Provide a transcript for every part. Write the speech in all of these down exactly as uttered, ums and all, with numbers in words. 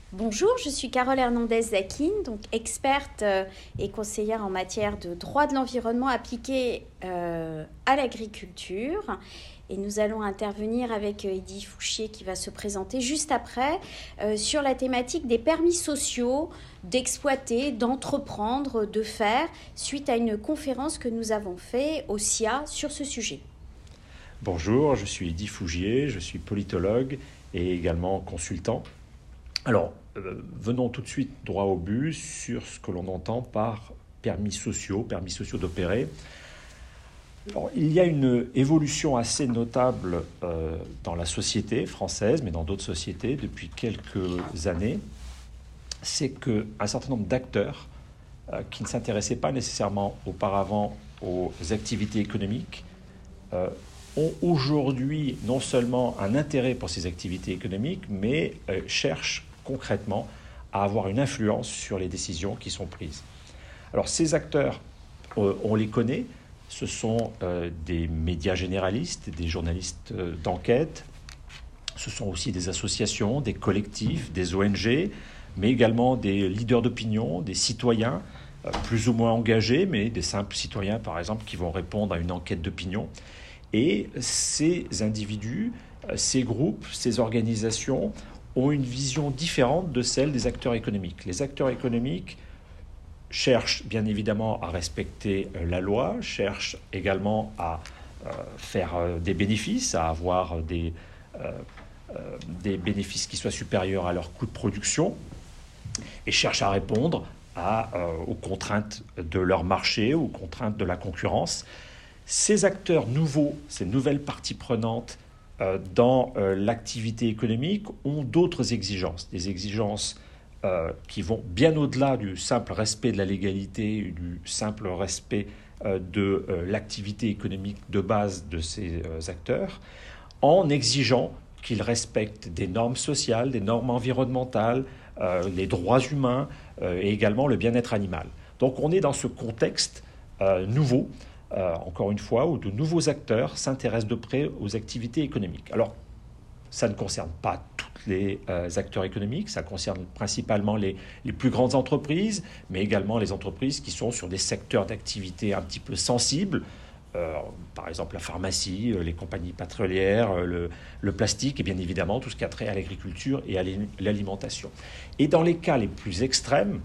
Bonjour, je suis Carole Hernandez-Zakin, donc experte euh, et conseillère en matière de droit de l'environnement appliqué euh, à l'agriculture. Et nous allons intervenir avec euh, Eddy Fouchier qui va se présenter juste après euh, sur la thématique des permis sociaux d'exploiter, d'entreprendre, de faire, suite à une conférence que nous avons faite au S I A sur ce sujet. Bonjour, je suis Eddy Fouchier, je suis politologue et également consultant. Alors, euh, venons tout de suite droit au but sur ce que l'on entend par permis sociaux, permis sociaux d'opérer. Alors, il y a une évolution assez notable euh, dans la société française, mais dans d'autres sociétés depuis quelques années. C'est qu'un certain nombre d'acteurs euh, qui ne s'intéressaient pas nécessairement auparavant aux activités économiques euh, ont aujourd'hui non seulement un intérêt pour ces activités économiques, mais euh, cherchent concrètement à avoir une influence sur les décisions qui sont prises. Alors ces acteurs, euh, on les connaît, ce sont euh, des médias généralistes, des journalistes euh, d'enquête, ce sont aussi des associations, des collectifs, des O N G, mais également des leaders d'opinion, des citoyens euh, plus ou moins engagés, mais des simples citoyens par exemple qui vont répondre à une enquête d'opinion. Et ces individus, ces groupes, ces organisations ont une vision différente de celle des acteurs économiques. Les acteurs économiques cherchent bien évidemment à respecter la loi, cherchent également à euh, faire des bénéfices, à avoir des, euh, euh, des bénéfices qui soient supérieurs à leur coût de production et cherchent à répondre à, euh, aux contraintes de leur marché, aux contraintes de la concurrence. Ces acteurs nouveaux, ces nouvelles parties prenantes euh, dans euh, l'activité économique ont d'autres exigences, des exigences euh, qui vont bien au-delà du simple respect de la légalité, du simple respect euh, de euh, l'activité économique de base de ces euh, acteurs, en exigeant qu'ils respectent des normes sociales, des normes environnementales, euh, les droits humains euh, et également le bien-être animal. Donc on est dans ce contexte euh, nouveau, Euh, encore une fois, où de nouveaux acteurs s'intéressent de près aux activités économiques. Alors, ça ne concerne pas tous les euh, acteurs économiques, ça concerne principalement les, les plus grandes entreprises, mais également les entreprises qui sont sur des secteurs d'activité un petit peu sensibles, euh, par exemple la pharmacie, les compagnies pétrolières, le, le plastique et bien évidemment tout ce qui a trait à l'agriculture et à l'alimentation. Et dans les cas les plus extrêmes,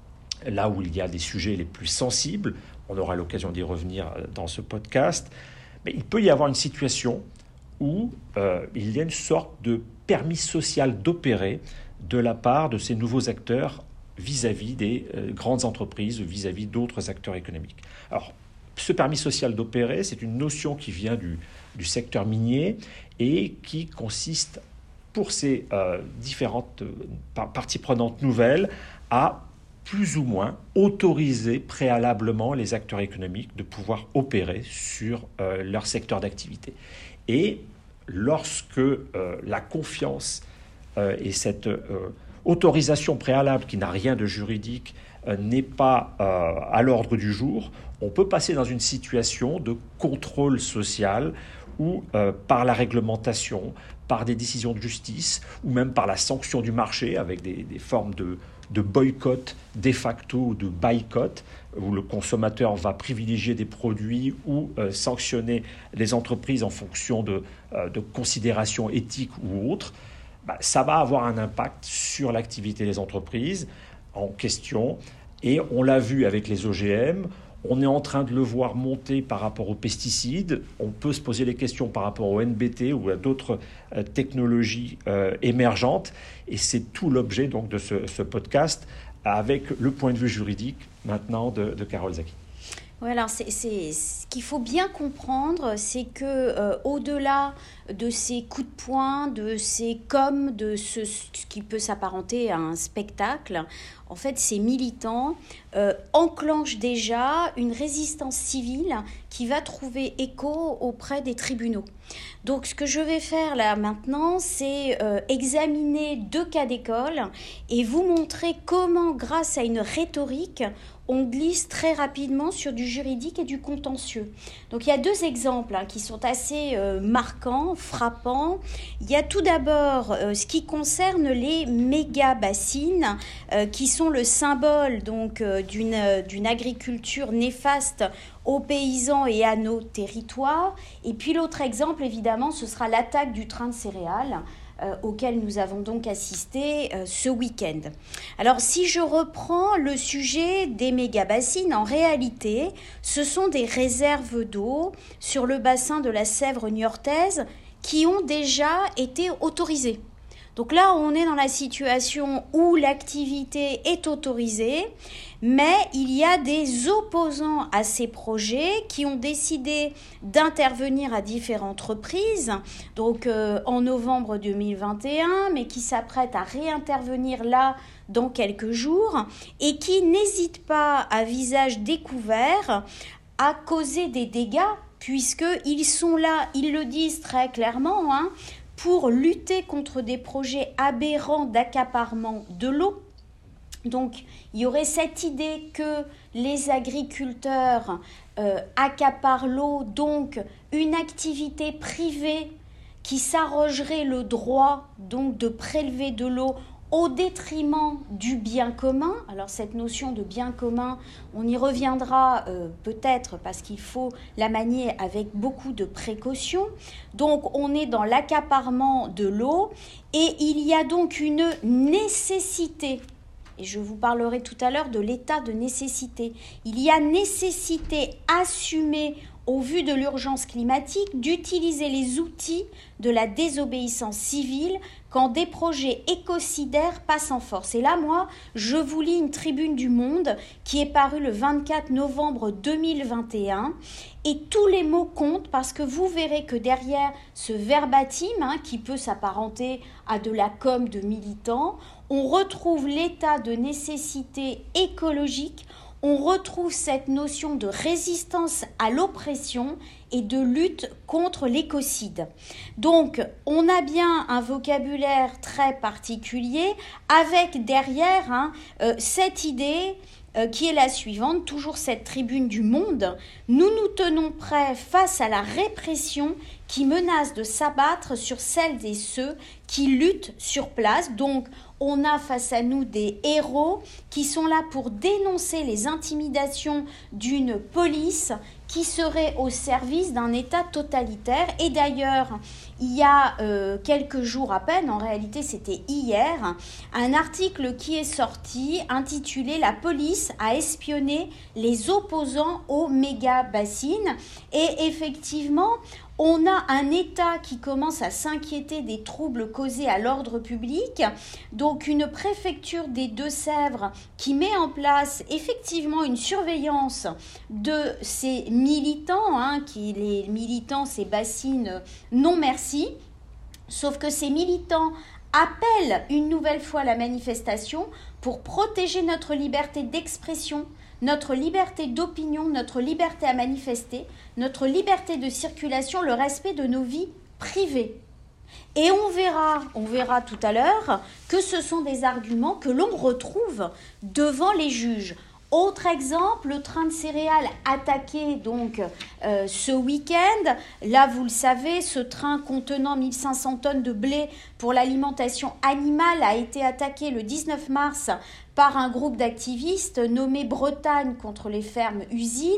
là où il y a des sujets les plus sensibles, on aura l'occasion d'y revenir dans ce podcast, mais il peut y avoir une situation où euh, il y a une sorte de permis social d'opérer de la part de ces nouveaux acteurs vis-à-vis des euh, grandes entreprises, vis-à-vis d'autres acteurs économiques. Alors, ce permis social d'opérer, c'est une notion qui vient du, du secteur minier et qui consiste, pour ces euh, différentes euh, parties prenantes nouvelles, à plus ou moins autoriser préalablement les acteurs économiques de pouvoir opérer sur euh, leur secteur d'activité. Et lorsque euh, la confiance euh, et cette euh, autorisation préalable qui n'a rien de juridique euh, n'est pas euh, à l'ordre du jour, on peut passer dans une situation de contrôle social où euh, par la réglementation, par des décisions de justice ou même par la sanction du marché avec des, des formes de de boycott de facto ou de boycott, où le consommateur va privilégier des produits ou euh, sanctionner les entreprises en fonction de, euh, de considérations éthiques ou autres, bah, ça va avoir un impact sur l'activité des entreprises en question. Et on l'a vu avec les O G M, on est en train de le voir monter par rapport aux pesticides. On peut se poser les questions par rapport au N B T ou à d'autres euh, technologies euh, émergentes. Et c'est tout l'objet donc de ce, ce podcast avec le point de vue juridique maintenant de, de Carole Zakin. Oui, alors c'est, c'est, ce qu'il faut bien comprendre, c'est que euh, au-delà de ces coups de poing, de ces coms, de ce, ce qui peut s'apparenter à un spectacle, en fait, ces militants euh, enclenchent déjà une résistance civile qui va trouver écho auprès des tribunaux. Donc ce que je vais faire là maintenant, c'est euh, examiner deux cas d'école et vous montrer comment, grâce à une rhétorique, on glisse très rapidement sur du juridique et du contentieux. Donc il y a deux exemples hein, qui sont assez euh, marquants, frappants. Il y a tout d'abord euh, ce qui concerne les méga-bassines euh, qui sont le symbole donc, euh, d'une, euh, d'une agriculture néfaste aux paysans et à nos territoires. Et puis l'autre exemple, évidemment, ce sera l'attaque du train de céréales euh, auquel nous avons donc assisté euh, ce week-end. Alors, si je reprends le sujet des méga-bassines, en réalité, ce sont des réserves d'eau sur le bassin de la Sèvre niortaise qui ont déjà été autorisées. Donc là, on est dans la situation où l'activité est autorisée, mais il y a des opposants à ces projets qui ont décidé d'intervenir à différentes reprises, donc euh, en novembre deux mille vingt et un, mais qui s'apprêtent à réintervenir là dans quelques jours et qui n'hésitent pas à visage découvert à causer des dégâts, puisqu'ils sont là, ils le disent très clairement, hein, pour lutter contre des projets aberrants d'accaparement de l'eau. Donc, il y aurait cette idée que les agriculteurs euh, accaparent l'eau, donc une activité privée qui s'arrogerait le droit donc de prélever de l'eau au détriment du bien commun. Alors cette notion de bien commun, on y reviendra euh, peut-être parce qu'il faut la manier avec beaucoup de précautions. Donc on est dans l'accaparement de l'eau et il y a donc une nécessité, et je vous parlerai tout à l'heure de l'état de nécessité. Il y a nécessité assumée au vu de l'urgence climatique, d'utiliser les outils de la désobéissance civile quand des projets écocidaires passent en force. Et là, moi, je vous lis une tribune du Monde qui est parue le vingt-quatre novembre deux mille vingt et un. Et tous les mots comptent parce que vous verrez que derrière ce verbatim, hein, qui peut s'apparenter à de la com de militants, on retrouve l'état de nécessité écologique. On retrouve cette notion de résistance à l'oppression et de lutte contre l'écocide. Donc, on a bien un vocabulaire très particulier avec derrière hein, euh, cette idée euh, qui est la suivante, toujours cette tribune du Monde. Nous nous tenons prêts face à la répression qui menace de s'abattre sur celles et ceux qui luttent sur place. Donc, on a face à nous des héros qui sont là pour dénoncer les intimidations d'une police qui serait au service d'un État totalitaire. Et d'ailleurs, il y a euh, quelques jours à peine, en réalité c'était hier, un article qui est sorti intitulé « La police a espionné les opposants aux méga-bassines ». Et effectivement, on a un État qui commence à s'inquiéter des troubles causés à l'ordre public, donc une préfecture des Deux-Sèvres qui met en place effectivement une surveillance de ces militants, hein, qui les militants, ces bassines non merci, sauf que ces militants appellent une nouvelle fois la manifestation pour protéger notre liberté d'expression, notre liberté d'opinion, notre liberté à manifester, notre liberté de circulation, le respect de nos vies privées. Et on verra, on verra tout à l'heure que ce sont des arguments que l'on retrouve devant les juges. Autre exemple, le train de céréales attaqué donc euh, ce week-end. Là, vous le savez, ce train contenant mille cinq cents tonnes de blé pour l'alimentation animale a été attaqué le dix-neuf mars par un groupe d'activistes nommé Bretagne contre les fermes usines,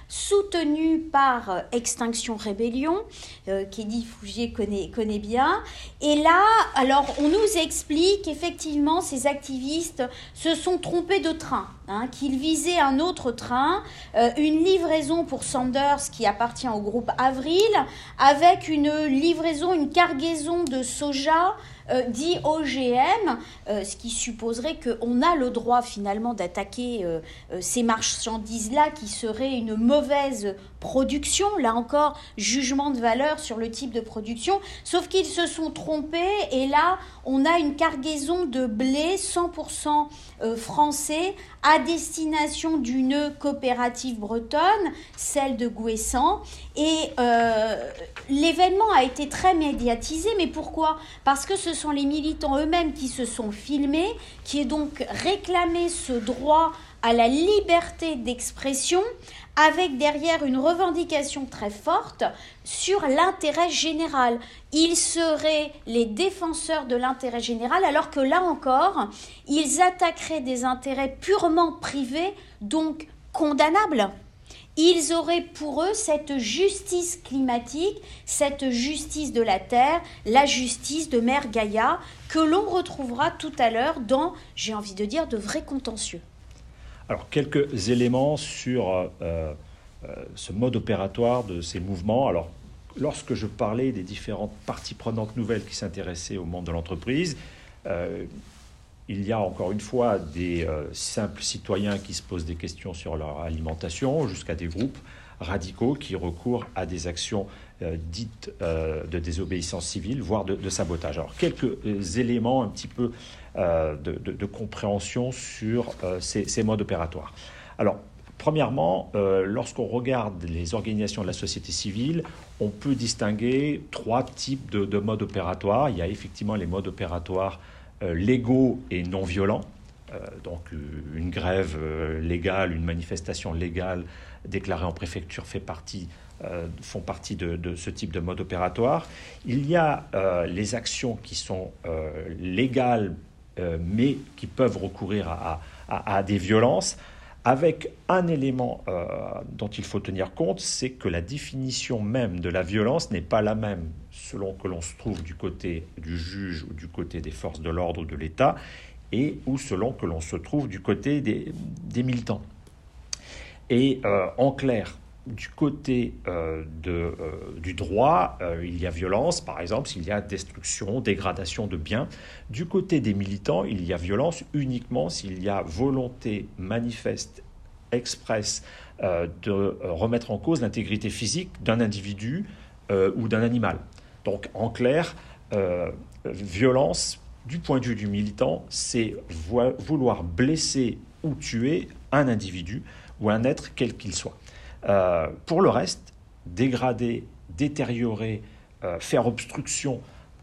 soutenu par Extinction Rébellion, euh, qu'Eddy Fougier connaît, connaît bien. Et là, alors, on nous explique qu'effectivement, ces activistes se sont trompés de train, hein, qu'ils visaient un autre train, euh, une livraison pour Sanders qui appartient au groupe Avril, avec une livraison, une cargaison de soja euh, dit O G M, euh, ce qui supposerait qu'on a le droit finalement d'attaquer euh, euh, ces marchandises-là qui seraient une mauvaise production. Là encore, jugement de valeur sur le type de production, sauf qu'ils se sont trompés et là, on a une cargaison de blé cent pour cent euh, français à destination d'une coopérative bretonne, celle de Gouessant. Et euh, l'événement a été très médiatisé, mais pourquoi ? Parce que ce sont les militants eux-mêmes qui se sont filmés, qui ont donc réclamé ce droit à la liberté d'expression, avec derrière une revendication très forte sur l'intérêt général. Ils seraient les défenseurs de l'intérêt général, alors que là encore, ils attaqueraient des intérêts purement privés, donc condamnables. Ils auraient pour eux cette justice climatique, cette justice de la terre, la justice de Mère Gaïa, que l'on retrouvera tout à l'heure dans, j'ai envie de dire, de vrais contentieux. Alors, quelques éléments sur euh, euh, ce mode opératoire de ces mouvements. Alors, lorsque je parlais des différentes parties prenantes nouvelles qui s'intéressaient au monde de l'entreprise, euh, il y a encore une fois des euh, simples citoyens qui se posent des questions sur leur alimentation, jusqu'à des groupes radicaux qui recourent à des actions euh, dites euh, de désobéissance civile, voire de, de sabotage. Alors, quelques euh, éléments un petit peu euh, de, de, de compréhension sur euh, ces, ces modes opératoires. Alors, premièrement, euh, lorsqu'on regarde les organisations de la société civile, on peut distinguer trois types de, de modes opératoires. Il y a effectivement les modes opératoires euh, légaux et non violents. Euh, donc, une grève euh, légale, une manifestation légale déclarés en préfecture fait partie, euh, font partie de, de ce type de mode opératoire. Il y a euh, les actions qui sont euh, légales, euh, mais qui peuvent recourir à, à, à des violences, avec un élément euh, dont il faut tenir compte, c'est que la définition même de la violence n'est pas la même selon que l'on se trouve du côté du juge ou du côté des forces de l'ordre ou de l'État, et ou selon que l'on se trouve du côté des, des militants. Et euh, en clair, du côté euh, de, euh, du droit, euh, il y a violence, par exemple, s'il y a destruction, dégradation de biens. Du côté des militants, il y a violence uniquement s'il y a volonté manifeste, expresse, euh, de euh, remettre en cause l'intégrité physique d'un individu euh, ou d'un animal. Donc, en clair, euh, violence, du point de vue du militant, c'est vo- vouloir blesser ou tuer un individu ou un être quel qu'il soit. Euh, pour le reste, dégrader, détériorer, euh, faire obstruction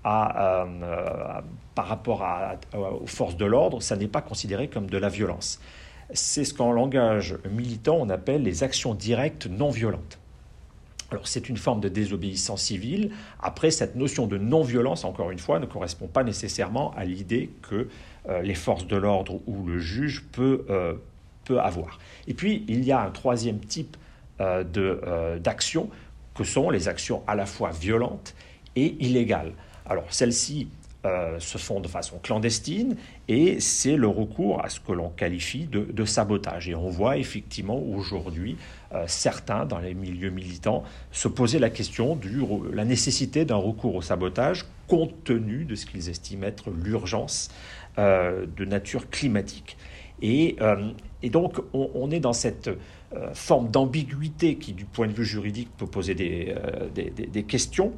à, euh, par rapport à, à, aux forces de l'ordre, ça n'est pas considéré comme de la violence. C'est ce qu'en langage militant on appelle les actions directes non violentes. Alors c'est une forme de désobéissance civile. Après, cette notion de non-violence, encore une fois, ne correspond pas nécessairement à l'idée que euh, les forces de l'ordre ou le juge peut, euh, peut avoir. Et puis, il y a un troisième type euh, de, euh, d'actions, que sont les actions à la fois violentes et illégales. Alors, celles-ci euh, se font de façon clandestine et c'est le recours à ce que l'on qualifie de, de sabotage. Et on voit effectivement aujourd'hui euh, certains, dans les milieux militants, se poser la question de la nécessité d'un recours au sabotage compte tenu de ce qu'ils estiment être l'urgence euh, de nature climatique. Et, euh, et donc, on, on est dans cette euh, forme d'ambiguïté qui, du point de vue juridique, peut poser des, euh, des, des, des questions,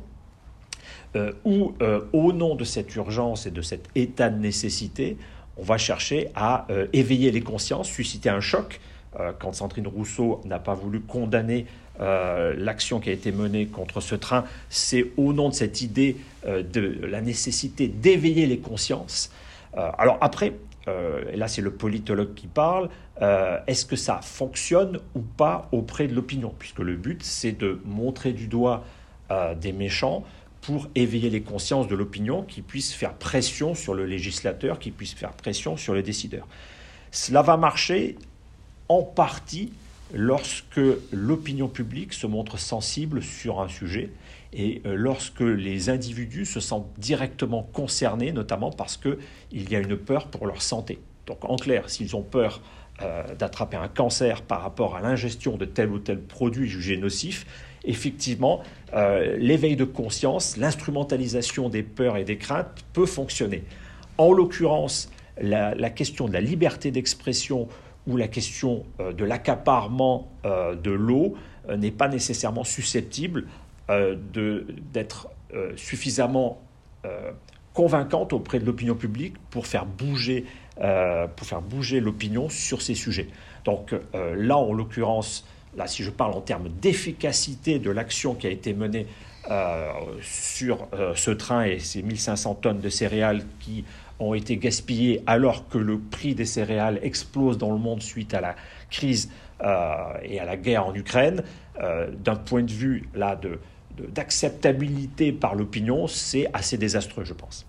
euh, où, euh, au nom de cette urgence et de cet état de nécessité, on va chercher à euh, éveiller les consciences, susciter un choc. Euh, quand Sandrine Rousseau n'a pas voulu condamner euh, l'action qui a été menée contre ce train, c'est au nom de cette idée euh, de la nécessité d'éveiller les consciences. Euh, alors après, Euh, et là c'est le politologue qui parle, euh, est-ce que ça fonctionne ou pas auprès de l'opinion ? Puisque le but, c'est de montrer du doigt euh, des méchants pour éveiller les consciences de l'opinion qui puisse faire pression sur le législateur, qui puisse faire pression sur les décideurs. Cela va marcher en partie lorsque l'opinion publique se montre sensible sur un sujet et lorsque les individus se sentent directement concernés, notamment parce qu'il y a une peur pour leur santé. Donc en clair, s'ils ont peur euh, d'attraper un cancer par rapport à l'ingestion de tel ou tel produit jugé nocif, effectivement, euh, l'éveil de conscience, l'instrumentalisation des peurs et des craintes peut fonctionner. En l'occurrence, la, la question de la liberté d'expression ou la question euh, de l'accaparement euh, de l'eau euh, n'est pas nécessairement susceptible euh, de, d'être euh, suffisamment euh, convaincante auprès de l'opinion publique pour faire bouger, euh, pour faire bouger l'opinion sur ces sujets. Donc euh, là, en l'occurrence, là, si je parle en termes d'efficacité de l'action qui a été menée euh, sur euh, ce train et ces mille cinq cents tonnes de céréales qui ont été gaspillées alors que le prix des céréales explose dans le monde suite à la crise euh, et à la guerre en Ukraine, euh, d'un point de vue là, de, de, d'acceptabilité par l'opinion, c'est assez désastreux, je pense.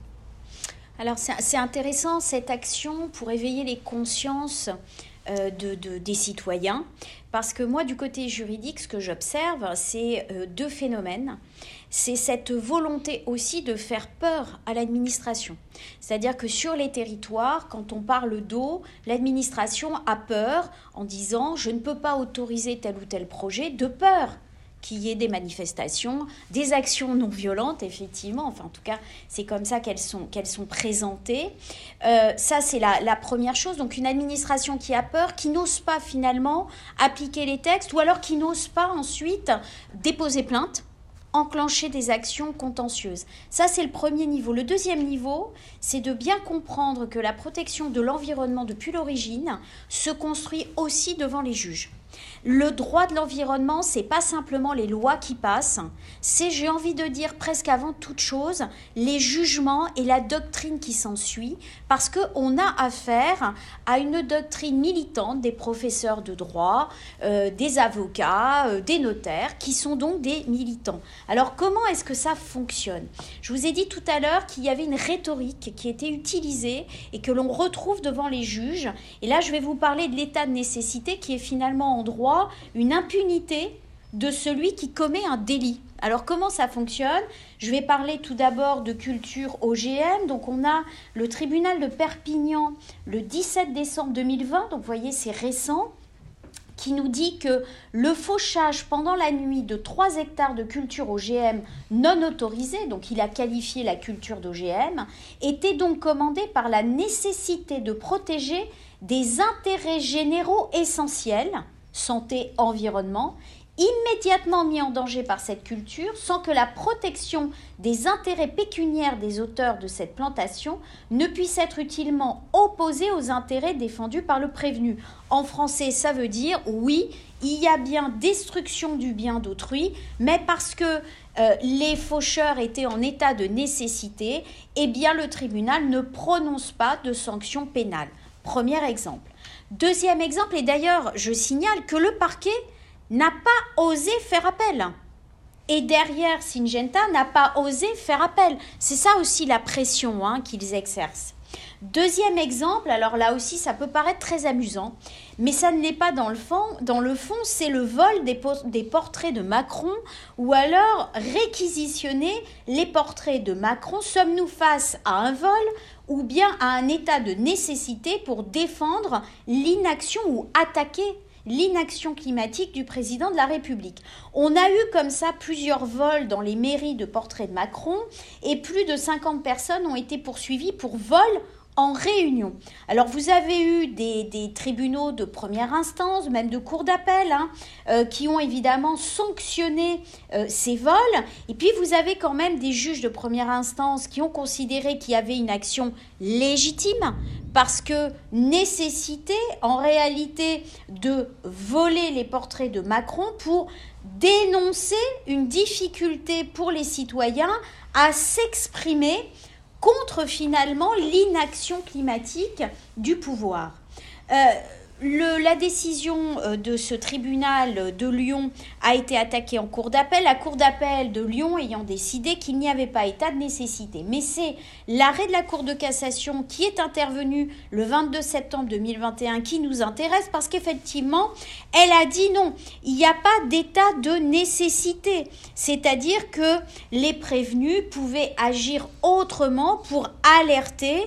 Alors c'est, c'est intéressant cette action pour éveiller les consciences euh, de, de, des citoyens, parce que moi du côté juridique, ce que j'observe, c'est euh, deux phénomènes. C'est cette volonté aussi de faire peur à l'administration. C'est-à-dire que sur les territoires, quand on parle d'eau, l'administration a peur en disant « je ne peux pas autoriser tel ou tel projet » de peur qu'il y ait des manifestations, des actions non violentes, effectivement. Enfin, en tout cas, c'est comme ça qu'elles sont, qu'elles sont présentées. Euh, ça, c'est la, la première chose. Donc, une administration qui a peur, qui n'ose pas finalement appliquer les textes, ou alors qui n'ose pas ensuite déposer plainte, enclencher des actions contentieuses. Ça, c'est le premier niveau. Le deuxième niveau, c'est de bien comprendre que la protection de l'environnement depuis l'origine se construit aussi devant les juges. Le droit de l'environnement, c'est pas simplement les lois qui passent, c'est, j'ai envie de dire presque avant toute chose, les jugements et la doctrine qui s'ensuit, parce qu'on a affaire à une doctrine militante des professeurs de droit, euh, des avocats, euh, des notaires, qui sont donc des militants. Alors comment est-ce que ça fonctionne ? Je vous ai dit tout à l'heure qu'il y avait une rhétorique qui était utilisée et que l'on retrouve devant les juges, et là je vais vous parler de l'état de nécessité qui est finalement en droit une impunité de celui qui commet un délit. Alors comment ça fonctionne ? Je vais parler tout d'abord de culture O G M. Donc on a le tribunal de Perpignan le dix-sept décembre deux mille vingt, donc vous voyez c'est récent, qui nous dit que le fauchage pendant la nuit de trois hectares de culture O G M non autorisée, donc il a qualifié la culture d'O G M, était donc commandé par la nécessité de protéger des intérêts généraux essentiels, santé, environnement, immédiatement mis en danger par cette culture sans que la protection des intérêts pécuniaires des auteurs de cette plantation ne puisse être utilement opposée aux intérêts défendus par le prévenu. En français, ça veut dire, oui, il y a bien destruction du bien d'autrui, mais parce que euh, les faucheurs étaient en état de nécessité, eh bien le tribunal ne prononce pas de sanctions pénales. Premier exemple. Deuxième exemple, et d'ailleurs, je signale que le parquet n'a pas osé faire appel. Et derrière, Syngenta n'a pas osé faire appel. C'est ça aussi la pression hein, qu'ils exercent. Deuxième exemple, alors là aussi, ça peut paraître très amusant, mais ça ne l'est pas dans le fond. Dans le fond, c'est le vol des, po- des portraits de Macron ou alors réquisitionner les portraits de Macron. Sommes-nous face à un vol ou bien à un état de nécessité pour défendre l'inaction ou attaquer l'inaction climatique du président de la République? On a eu comme ça plusieurs vols dans les mairies de portraits de Macron et plus de cinquante personnes ont été poursuivies pour vol en réunion. Alors vous avez eu des, des tribunaux de première instance, même de cour d'appel, hein, euh, qui ont évidemment sanctionné euh, ces vols. Et puis vous avez quand même des juges de première instance qui ont considéré qu'il y avait une action légitime parce que nécessité en réalité de voler les portraits de Macron pour dénoncer une difficulté pour les citoyens à s'exprimer contre finalement l'inaction climatique du pouvoir. Euh, le, la décision de ce tribunal de Lyon a été attaquée en cour d'appel, la cour d'appel de Lyon ayant décidé qu'il n'y avait pas état de nécessité. Mais c'est l'arrêt de la Cour de cassation qui est intervenu le vingt-deux septembre deux mille vingt et un qui nous intéresse parce qu'effectivement, elle a dit non, il n'y a pas d'état de nécessité. C'est-à-dire que les prévenus pouvaient agir autrement pour alerter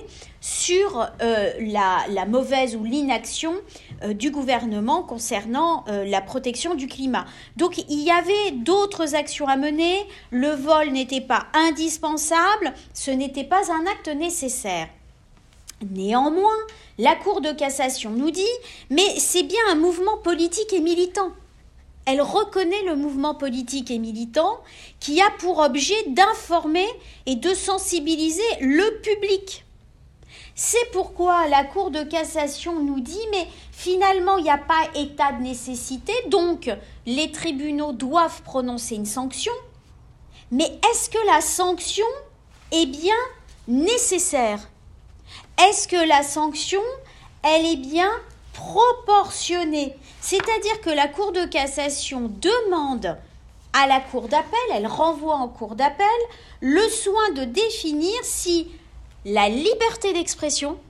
sur euh, la, la mauvaise ou l'inaction euh, du gouvernement concernant euh, la protection du climat. Donc il y avait d'autres actions à mener, le vol n'était pas indispensable, ce n'était pas un acte nécessaire. Néanmoins, la Cour de cassation nous dit « mais c'est bien un mouvement politique et militant ». Elle reconnaît le mouvement politique et militant qui a pour objet d'informer et de sensibiliser le public. C'est pourquoi la Cour de cassation nous dit « mais finalement, il n'y a pas état de nécessité, donc les tribunaux doivent prononcer une sanction. Mais est-ce que la sanction est bien nécessaire ? Est-ce que la sanction, elle est bien proportionnée ? C'est-à-dire que la Cour de cassation demande à la Cour d'appel, elle renvoie en Cour d'appel, le soin de définir si la liberté d'expression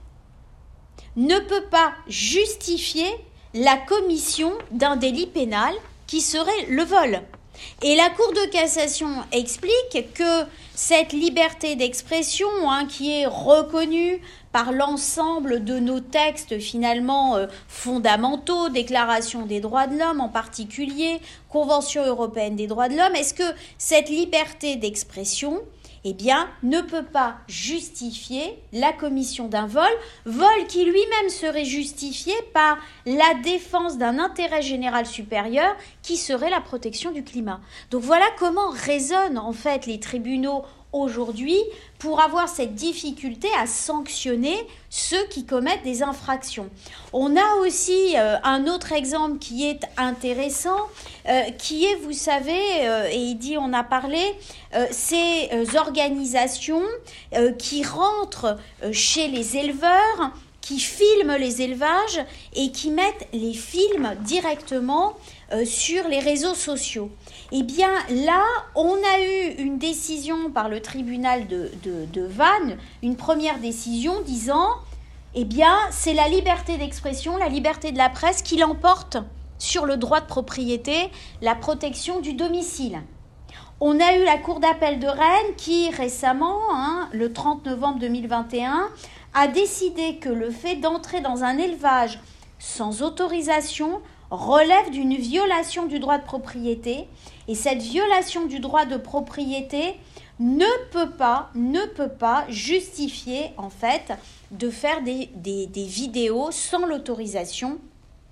ne peut pas justifier la commission d'un délit pénal qui serait le vol. Et la Cour de cassation explique que cette liberté d'expression, hein, qui est reconnue par l'ensemble de nos textes finalement euh, fondamentaux, Déclaration des droits de l'homme en particulier, Convention européenne des droits de l'homme, est-ce que cette liberté d'expression, eh bien, ne peut pas justifier la commission d'un vol, vol qui lui-même serait justifié par la défense d'un intérêt général supérieur qui serait la protection du climat. Donc voilà comment raisonnent en fait les tribunaux aujourd'hui pour avoir cette difficulté à sanctionner ceux qui commettent des infractions. On a aussi euh, un autre exemple qui est intéressant, euh, qui est, vous savez, euh, et il dit, on a parlé, euh, ces euh, organisations euh, qui rentrent euh, chez les éleveurs, qui filment les élevages et qui mettent les films directement euh, sur les réseaux sociaux. Eh bien là, on a eu une décision par le tribunal de, de, de Vannes, une première décision disant, eh bien c'est la liberté d'expression, la liberté de la presse qui l'emporte sur le droit de propriété, la protection du domicile. On a eu la Cour d'appel de Rennes qui récemment, hein, le trente novembre deux mille vingt et un, a décidé que le fait d'entrer dans un élevage sans autorisation relève d'une violation du droit de propriété et cette violation du droit de propriété ne peut pas, ne peut pas justifier en fait de faire des, des, des vidéos sans l'autorisation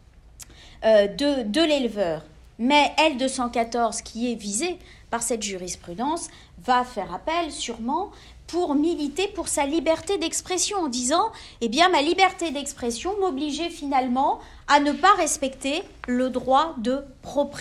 euh, de, de l'éleveur. Mais L deux cent quatorze, qui est visée par cette jurisprudence, va faire appel sûrement pour militer pour sa liberté d'expression en disant « Eh bien, ma liberté d'expression m'obligeait finalement à ne pas respecter le droit de propriété. »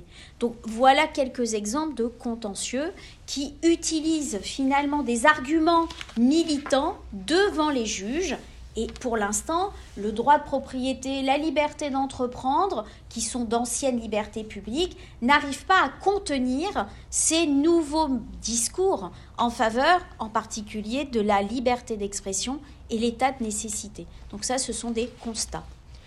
Donc, voilà quelques exemples de contentieux qui utilisent finalement des arguments militants devant les juges. Et pour l'instant, le droit de propriété, la liberté d'entreprendre, qui sont d'anciennes libertés publiques, n'arrivent pas à contenir ces nouveaux discours en faveur, en particulier, de la liberté d'expression et l'état de nécessité. Donc ça, ce sont des constats.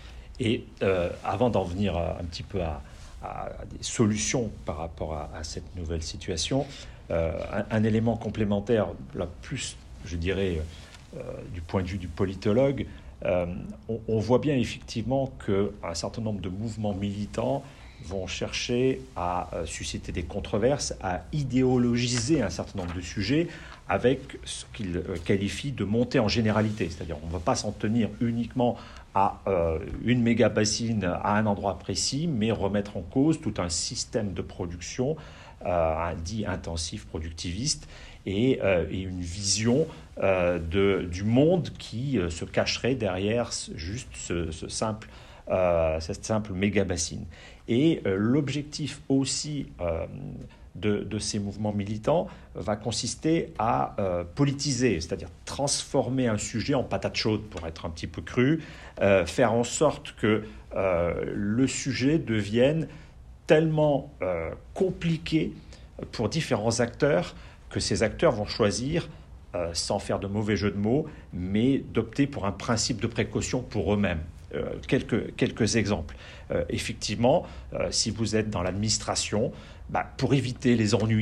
Et euh, avant d'en venir un petit peu à, à, à des solutions par rapport à, à cette nouvelle situation, euh, un, un élément complémentaire, la plus, je dirais, Euh, du point de vue du politologue, euh, on, on voit bien effectivement qu'un certain nombre de mouvements militants vont chercher à euh, susciter des controverses, à idéologiser un certain nombre de sujets avec ce qu'ils euh, qualifient de montée en généralité. C'est-à-dire qu'on ne va pas s'en tenir uniquement à euh, une méga-bassine à un endroit précis, mais remettre en cause tout un système de production, euh, un dit intensif productiviste, et, euh, et une vision euh, de, du monde qui euh, se cacherait derrière juste ce, ce simple, euh, cette simple méga-bassine. Et euh, l'objectif aussi euh, de, de ces mouvements militants va consister à euh, politiser, c'est-à-dire transformer un sujet en patate chaude, pour être un petit peu cru, euh, faire en sorte que euh, le sujet devienne tellement euh, compliqué pour différents acteurs que ces acteurs vont choisir, euh, sans faire de mauvais jeu de mots, mais d'opter pour un principe de précaution pour eux-mêmes. Euh, quelques, quelques exemples. Euh, effectivement, euh, si vous êtes dans l'administration, bah, pour éviter les ennuis,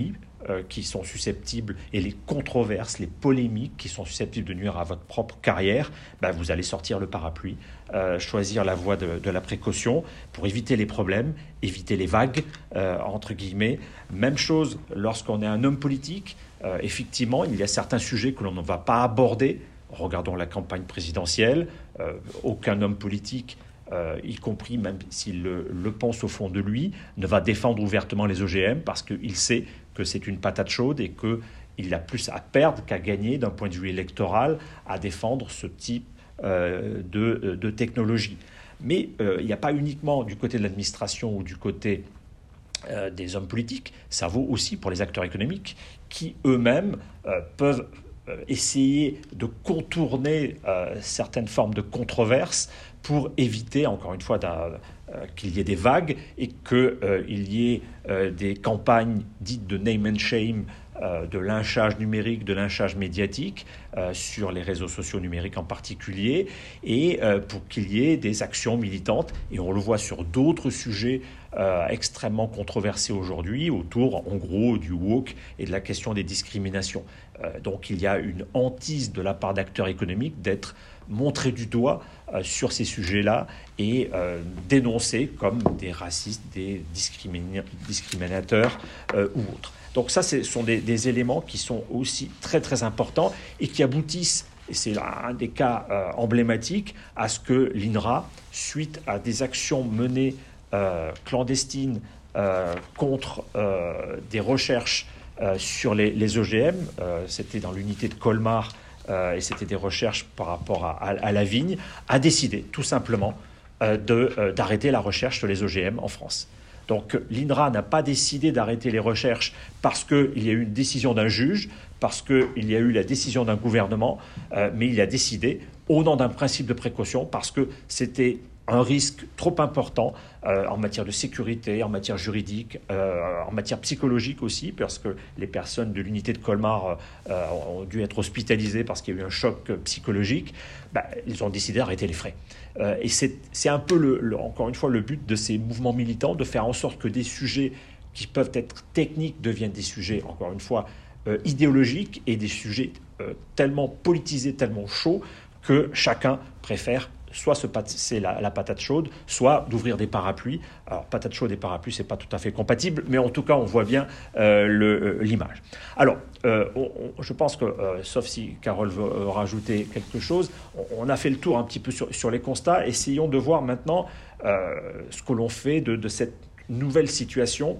euh, qui sont susceptibles, et les controverses, les polémiques qui sont susceptibles de nuire à votre propre carrière, ben vous allez sortir le parapluie, euh, choisir la voie de, de la précaution pour éviter les problèmes, éviter les vagues, euh, entre guillemets. Même chose lorsqu'on est un homme politique. Euh, effectivement, il y a certains sujets que l'on ne va pas aborder. Regardons la campagne présidentielle. Euh, aucun homme politique, euh, y compris même s'il le, le pense au fond de lui, ne va défendre ouvertement les O G M parce qu'il sait que c'est une patate chaude et qu'il a plus à perdre qu'à gagner d'un point de vue électoral à défendre ce type euh, de, de technologie. Mais euh, il n'y a pas uniquement du côté de l'administration ou du côté euh, des hommes politiques, ça vaut aussi pour les acteurs économiques qui eux-mêmes euh, peuvent essayer de contourner euh, certaines formes de controverses pour éviter, encore une fois, euh, qu'il y ait des vagues et qu'il euh, y ait euh, des campagnes dites de name and shame, euh, de lynchage numérique, de lynchage médiatique, euh, sur les réseaux sociaux numériques en particulier, et euh, pour qu'il y ait des actions militantes. Et on le voit sur d'autres sujets euh, extrêmement controversés aujourd'hui, autour, en gros, du woke et de la question des discriminations. Euh, donc il y a une hantise de la part d'acteurs économiques d'être montrés du doigt euh, sur ces sujets-là et euh, dénoncés comme des racistes, des discrimin- discriminateurs euh, ou autres. Donc ça, ce sont des, des éléments qui sont aussi très très importants et qui aboutissent, et c'est un des cas euh, emblématiques, à ce que l'I N R A, suite à des actions menées euh, clandestines euh, contre euh, des recherches euh, sur les, les O G M, euh, c'était dans l'unité de Colmar, euh, et c'était des recherches par rapport à, à, à la vigne, a décidé tout simplement euh, de, euh, d'arrêter la recherche sur les O G M en France. Donc l'I N R A n'a pas décidé d'arrêter les recherches parce qu'il y a eu une décision d'un juge, parce qu'il y a eu la décision d'un gouvernement, euh, mais il a décidé, au nom d'un principe de précaution, parce que c'était un risque trop important euh, en matière de sécurité, en matière juridique, euh, en matière psychologique aussi, parce que les personnes de l'unité de Colmar euh, ont dû être hospitalisées parce qu'il y a eu un choc psychologique. Bah, ils ont décidé d'arrêter les frais. Euh, et c'est, c'est un peu, le, le, encore une fois, le but de ces mouvements militants, de faire en sorte que des sujets qui peuvent être techniques deviennent des sujets, encore une fois, euh, idéologiques et des sujets euh, tellement politisés, tellement chauds, que chacun préfère soit se passer la, la patate chaude, soit d'ouvrir des parapluies. Alors, patate chaude et parapluie, ce n'est pas tout à fait compatible, mais en tout cas, on voit bien euh, le, euh, l'image. Alors, euh, on, on, je pense que, euh, sauf si Carole veut euh, rajouter quelque chose, on, on a fait le tour un petit peu sur, sur les constats. Essayons de voir maintenant euh, ce que l'on fait de, de cette nouvelle situation.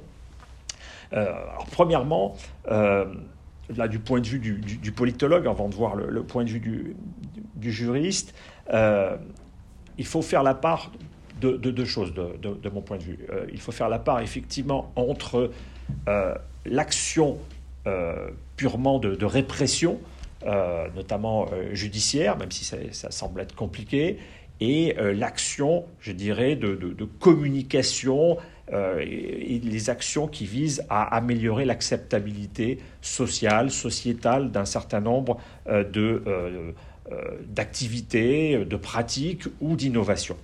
Euh, alors, premièrement, euh, là, du point de vue du, du, du politologue, avant de voir le, le point de vue du, du, du juriste, euh, il faut faire la part de deux choses, de, de, de mon point de vue. Euh, il faut faire la part, effectivement, entre euh, l'action euh, purement de, de répression, euh, notamment euh, judiciaire, même si ça, ça semble être compliqué, et euh, l'action, je dirais, de, de, de communication euh, et, et les actions qui visent à améliorer l'acceptabilité sociale, sociétale d'un certain nombre euh, de... Euh, Euh, d'activités, de pratiques ou d'innovations.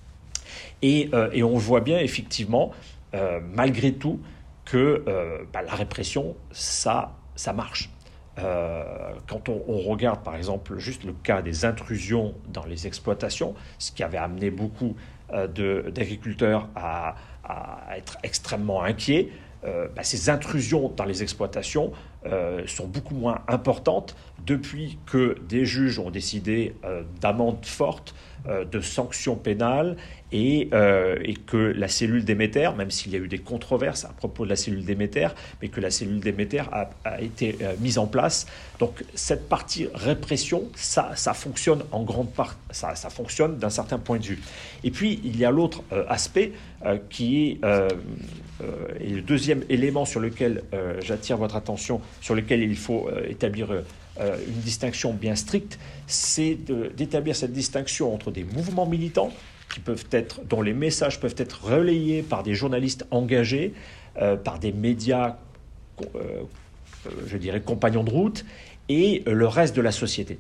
Et, euh, et on voit bien effectivement, euh, malgré tout, que euh, bah, la répression, ça, ça marche. Euh, quand on, on regarde par exemple juste le cas des intrusions dans les exploitations, ce qui avait amené beaucoup euh, de, d'agriculteurs à, à être extrêmement inquiets, Euh, bah, ces intrusions dans les exploitations euh, sont beaucoup moins importantes depuis que des juges ont décidé euh, d'amendes fortes, euh, de sanctions pénales et, euh, et que la cellule Déméter, même s'il y a eu des controverses à propos de la cellule Déméter, mais que la cellule Déméter a, a été euh, mise en place. Donc cette partie répression, ça, ça fonctionne en grande part, ça, ça fonctionne d'un certain point de vue. Et puis il y a l'autre euh, aspect euh, qui est euh, euh, et le deuxième élément sur lequel euh, j'attire votre attention, sur lequel il faut euh, établir euh, une distinction bien stricte, c'est de, d'établir cette distinction entre des mouvements militants qui peuvent être, dont les messages peuvent être relayés par des journalistes engagés, euh, par des médias, euh, euh, je dirais, compagnons de route, et euh, le reste de la société.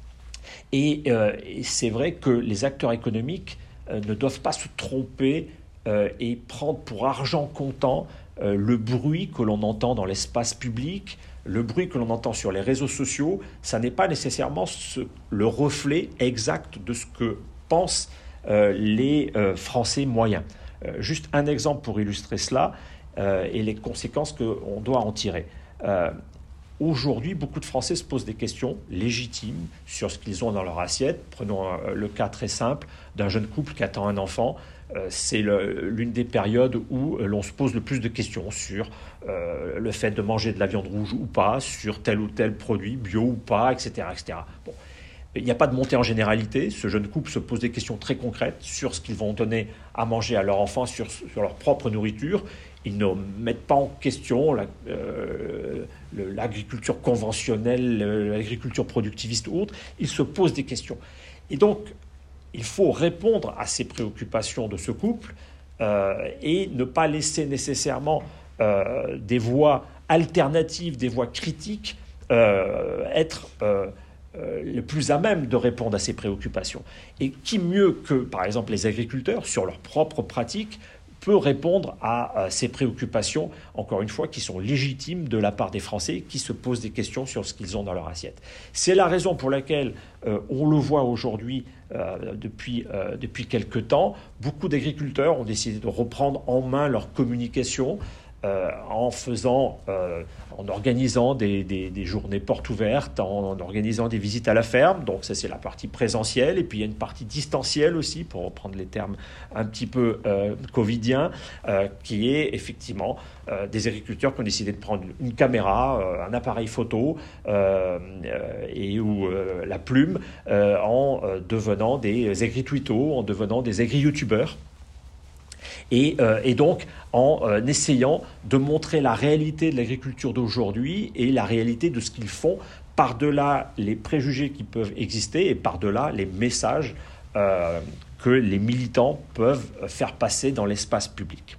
Et, euh, et c'est vrai que les acteurs économiques euh, ne doivent pas se tromper euh, et prendre pour argent comptant euh, le bruit que l'on entend dans l'espace public, le bruit que l'on entend sur les réseaux sociaux, ça n'est pas nécessairement ce, le reflet exact de ce que pensent euh, les euh, Français moyens. Euh, juste un exemple pour illustrer cela euh, et les conséquences qu'on doit en tirer. Euh, Aujourd'hui, beaucoup de Français se posent des questions légitimes sur ce qu'ils ont dans leur assiette. Prenons le cas très simple d'un jeune couple qui attend un enfant. C'est le, l'une des périodes où l'on se pose le plus de questions sur euh, le fait de manger de la viande rouge ou pas, sur tel ou tel produit, bio ou pas, et cetera, et cetera. Bon. Il n'y a pas de montée en généralité. Ce jeune couple se pose des questions très concrètes sur ce qu'ils vont donner à manger à leur enfant, sur, sur leur propre nourriture. Ils ne mettent pas en question la, euh, l'agriculture conventionnelle, l'agriculture productiviste ou autre. Ils se posent des questions. Et donc, il faut répondre à ces préoccupations de ce couple euh, et ne pas laisser nécessairement euh, des voix alternatives, des voix critiques euh, être euh, euh, les plus à même de répondre à ces préoccupations. Et qui mieux que, par exemple, les agriculteurs, sur leurs propres pratiques, peut répondre à, à ces préoccupations, encore une fois, qui sont légitimes de la part des Français qui se posent des questions sur ce qu'ils ont dans leur assiette. C'est la raison pour laquelle, euh, on le voit aujourd'hui, euh, depuis, euh, depuis quelque temps, beaucoup d'agriculteurs ont décidé de reprendre en main leur communication euh, en faisant, euh, en organisant des, des, des journées portes ouvertes, en, en organisant des visites à la ferme. Donc ça, c'est la partie présentielle. Et puis il y a une partie distancielle aussi, pour reprendre les termes un petit peu euh, covidiens, euh, qui est effectivement euh, des agriculteurs qui ont décidé de prendre une caméra, euh, un appareil photo euh, euh, et ou euh, la plume euh, en euh, devenant des agri-twittos, en devenant des agri-youtubeurs. Et, euh, et donc en euh, essayant de montrer la réalité de l'agriculture d'aujourd'hui et la réalité de ce qu'ils font par-delà les préjugés qui peuvent exister et par-delà les messages euh, que les militants peuvent faire passer dans l'espace public.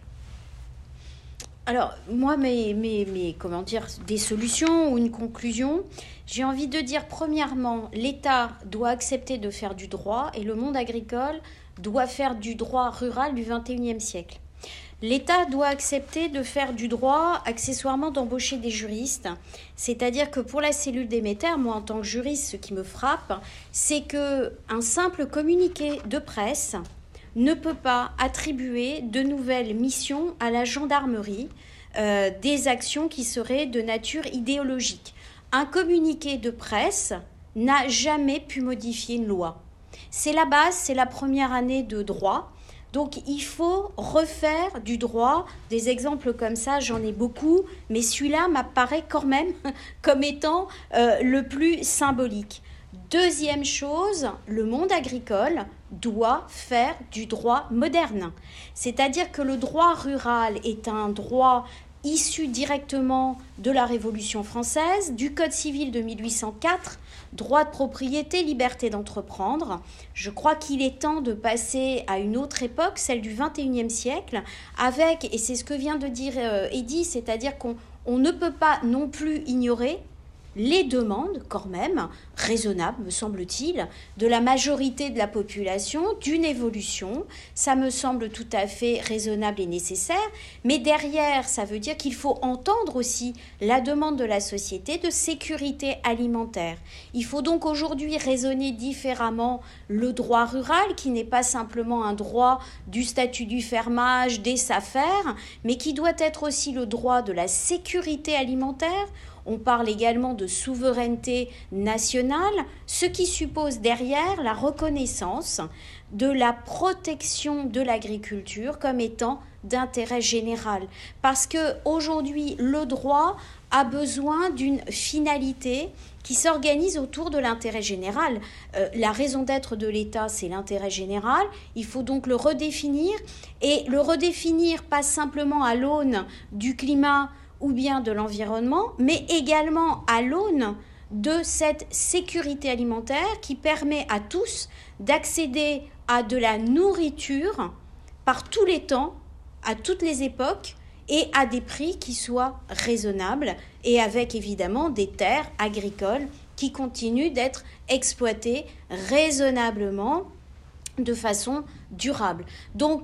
Alors, moi, mes, mes, mes, comment dire, des solutions ou une conclusion, j'ai envie de dire, premièrement, l'État doit accepter de faire du droit et le monde agricole doit faire du droit rural du vingt et unième siècle. L'État doit accepter de faire du droit, accessoirement d'embaucher des juristes. C'est-à-dire que pour la cellule d'émetteurs, moi en tant que juriste, ce qui me frappe, c'est qu'un simple communiqué de presse ne peut pas attribuer de nouvelles missions à la gendarmerie, euh, des actions qui seraient de nature idéologique. Un communiqué de presse n'a jamais pu modifier une loi. C'est la base, c'est la première année de droit. Donc il faut refaire du droit. Des exemples comme ça, j'en ai beaucoup, mais celui-là m'apparaît quand même comme étant euh, le plus symbolique. Deuxième chose, le monde agricole doit faire du droit moderne. C'est-à-dire que le droit rural est un droit issu directement de la Révolution française, du Code civil de mille huit cent quatre, droit de propriété, liberté d'entreprendre. Je crois qu'il est temps de passer à une autre époque, celle du vingt et unième siècle, avec, et c'est ce que vient de dire euh, Eddy, c'est-à-dire qu'on on ne peut pas non plus ignorer les demandes, quand même, raisonnables, me semble-t-il, de la majorité de la population, d'une évolution. Ça me semble tout à fait raisonnable et nécessaire. Mais derrière, ça veut dire qu'il faut entendre aussi la demande de la société de sécurité alimentaire. Il faut donc aujourd'hui raisonner différemment le droit rural, qui n'est pas simplement un droit du statut du fermage, des S A F E R, mais qui doit être aussi le droit de la sécurité alimentaire. On parle également de souveraineté nationale, ce qui suppose derrière la reconnaissance de la protection de l'agriculture comme étant d'intérêt général. Parce qu'aujourd'hui, le droit a besoin d'une finalité qui s'organise autour de l'intérêt général. Euh, la raison d'être de l'État, c'est l'intérêt général. Il faut donc le redéfinir, et le redéfinir pas simplement à l'aune du climat ou bien de l'environnement, mais également à l'aune de cette sécurité alimentaire qui permet à tous d'accéder à de la nourriture par tous les temps, à toutes les époques, et à des prix qui soient raisonnables, et avec évidemment des terres agricoles qui continuent d'être exploitées raisonnablement de façon durable. Donc,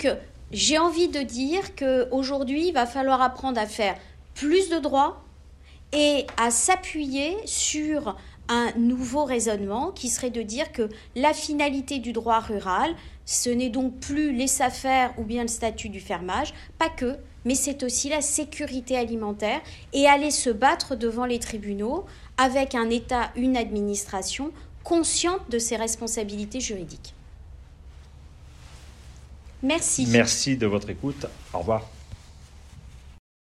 j'ai envie de dire qu'aujourd'hui, il va falloir apprendre à faire plus de droits et à s'appuyer sur un nouveau raisonnement qui serait de dire que la finalité du droit rural, ce n'est donc plus les SAFER ou bien le statut du fermage, pas que, mais c'est aussi la sécurité alimentaire et aller se battre devant les tribunaux avec un État, une administration consciente de ses responsabilités juridiques. Merci. Merci de votre écoute. Au revoir.